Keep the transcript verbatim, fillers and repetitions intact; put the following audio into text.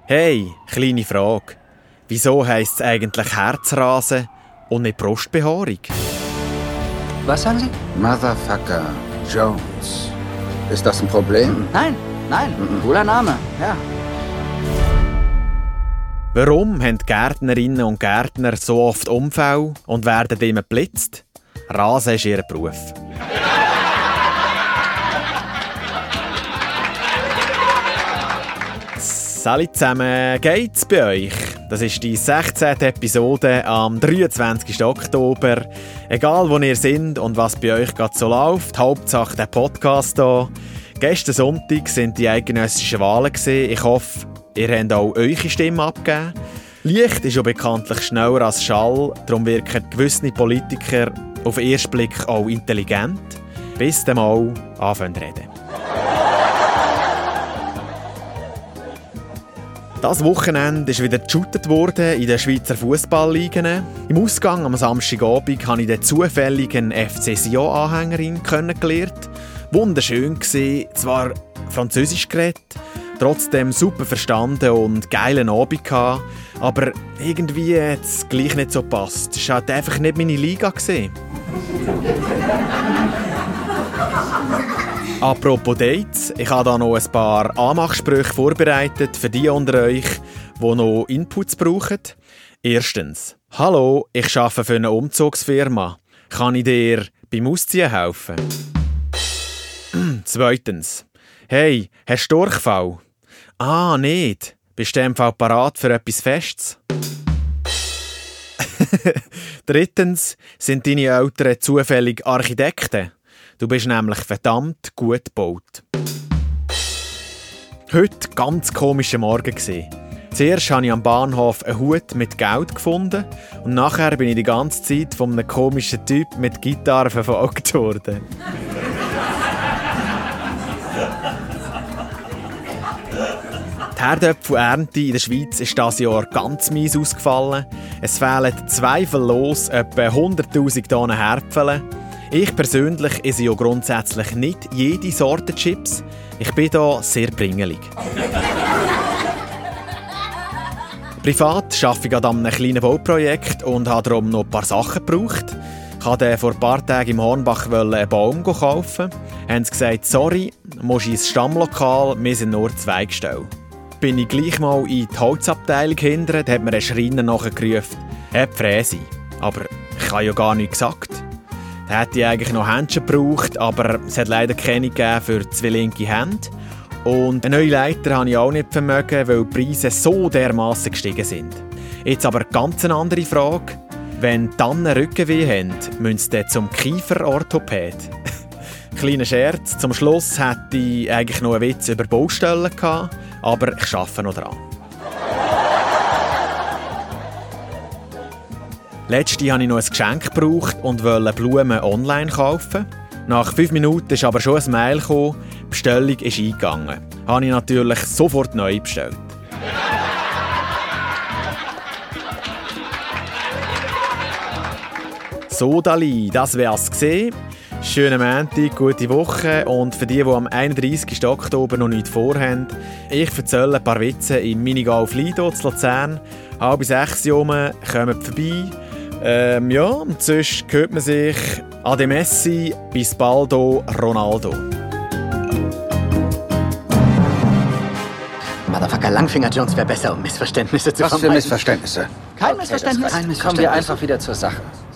Hey, kleine Frage. Wieso heisst es eigentlich Herzrasen und nicht Brustbehaarung? Was sagen Sie? Motherfucker Jones. Ist das ein Problem? Nein, nein, cooler Name, ja. Warum haben Gärtnerinnen und Gärtner so oft Unfälle und werden immer geblitzt? Rasen ist ihr Beruf. Salut zusammen, geht's bei euch? Das ist die sechzehnte Episode am dreiundzwanzigsten Oktober. Egal wo ihr seid und was bei euch gerade so läuft, Hauptsache der Podcast hier. Gestern Sonntag sind die eidgenössischen Wahlen gewesen. Ich hoffe, ihr habt auch eure Stimme abgegeben. Licht ist ja bekanntlich schneller als Schall, darum wirken gewisse Politiker auf den ersten Blick auch intelligent, bis dann mal anfangen zu reden. Das Wochenende ist wieder geshootet worden in den Schweizer Fußballligen. Im Ausgang am Samstagabend habe ich den zufälligen F C Sion-Anhängerin kennengelernt. Wunderschön war, zwar Französisch geredet, trotzdem super verstanden und geilen Abend gehabt, aber irgendwie hat es gleich nicht so gepasst. Es war halt einfach nicht meine Liga. Apropos Dates, ich habe da noch ein paar Anmachsprüche vorbereitet für die unter euch, die noch Inputs brauchen. Erstens: Hallo, ich arbeite für eine Umzugsfirma. Kann ich dir beim Ausziehen helfen? Zweitens: Hey, hast du Durchfall? Ah, nicht. Bist du im Fall parat für etwas Festes? Drittens: Sind deine Eltern zufällig Architekten? Du bist nämlich verdammt gut gebaut. Heute ganz komischer Morgen. Zuerst habe ich am Bahnhof einen Hut mit Geld gefunden und nachher bin ich die ganze Zeit von einem komischen Typ mit Gitarre verfolgt worden. Die Herdöpfelernte in der Schweiz ist dieses Jahr ganz mies ausgefallen. Es fehlen zweifellos etwa hunderttausend Tonnen Herdöpfel. Ich persönlich esse ja grundsätzlich nicht jede Sorte Chips. Ich bin da sehr pringelig. Privat arbeite ich an einem kleinen Bauprojekt und habe darum noch ein paar Sachen gebraucht. Ich wollte vor ein paar Tagen im Hornbach einen Baum kaufen. Haben sie gesagt, sorry, musst ins Stammlokal, wir sind nur zwei gestellt. Bin ich gleich mal in die Holzabteilung hinterher, da hat mir ein Schreiner nachgerufen, «Hab Fräse». Aber ich habe ja gar nichts gesagt. Da hätte ich eigentlich noch Händchen gebraucht, aber es hat leider keine gegeben für zwei linke Hände. Und eine neue Leiter habe ich auch nicht vermögen, weil die Preise so dermassen gestiegen sind. Jetzt aber ganz eine andere Frage. Wenn Tannen Rückenweh haben, müssen sie dann zum Kieferorthopäd. Kleiner Scherz, zum Schluss hätte ich eigentlich noch einen Witz über Baustellen gehabt, aber ich arbeite noch dran. Letzte habe ich noch ein Geschenk gebraucht und wollte Blumen online kaufen. Nach fünf Minuten ist aber schon ein Mail gekommen, die Bestellung ist eingegangen. Habe ich natürlich sofort neu bestellt. So, Dali, das wär's gesehen. Schönen Montag, gute Woche und für die, die am einunddreißigsten Oktober noch nichts vorhaben, ich erzähle ein paar Witze im Minigolf Lido zu Luzern. Halb sechs Uhr, kommt vorbei. Ähm, ja, und sonst hört man sich Ade Messi, bis baldo, Ronaldo. Motherfucker Langfinger Jones wäre besser, um Missverständnisse zu Was vermeiden. für Missverständnisse? Kein Okay, Missverständnis. das reicht. Kein Missverständnis. Kommen wir einfach wieder zur Sache.